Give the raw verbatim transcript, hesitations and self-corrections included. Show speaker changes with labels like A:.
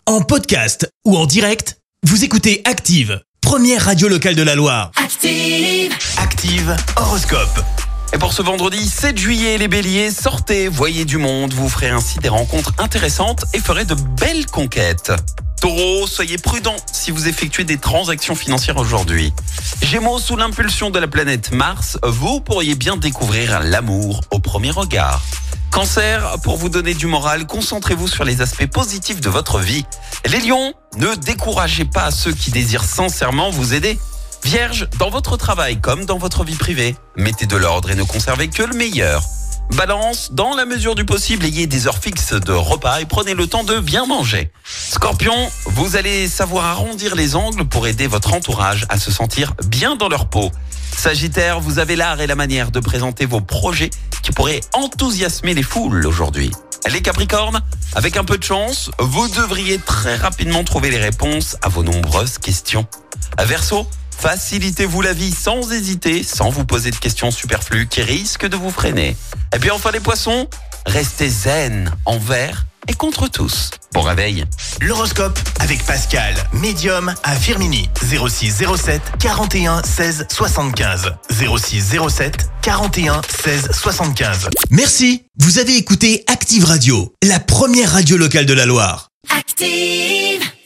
A: En podcast ou en direct, vous écoutez Active, première radio locale de la Loire.
B: Active,
A: Active horoscope.
C: Et pour ce vendredi sept juillet, les béliers, sortez, voyez du monde, vous ferez ainsi des rencontres intéressantes et ferez de belles conquêtes. Taureau, soyez prudent si vous effectuez des transactions financières aujourd'hui. Gémeaux, sous l'impulsion de la planète Mars, vous pourriez bien découvrir l'amour au premier regard. Cancer, pour vous donner du moral, concentrez-vous sur les aspects positifs de votre vie. Les lions, ne découragez pas ceux qui désirent sincèrement vous aider. Vierge, dans votre travail comme dans votre vie privée, mettez de l'ordre et ne conservez que le meilleur. Balance, dans la mesure du possible, ayez des heures fixes de repas et prenez le temps de bien manger. Scorpion, vous allez savoir arrondir les angles pour aider votre entourage à se sentir bien dans leur peau. Sagittaire, vous avez l'art et la manière de présenter vos projets qui pourraient enthousiasmer les foules aujourd'hui. Les Capricornes, avec un peu de chance, vous devriez très rapidement trouver les réponses à vos nombreuses questions. Verseau, facilitez-vous la vie sans hésiter, sans vous poser de questions superflues qui risquent de vous freiner. Et puis enfin les poissons, restez zen envers et contre tous. Bon réveil.
A: L'horoscope avec Pascal, médium à Firmini. zéro six zéro sept quarante et un seize soixante-quinze. zéro six zéro sept quarante et un seize soixante-quinze. Merci, vous avez écouté Active Radio, la première radio locale de la Loire.
B: active.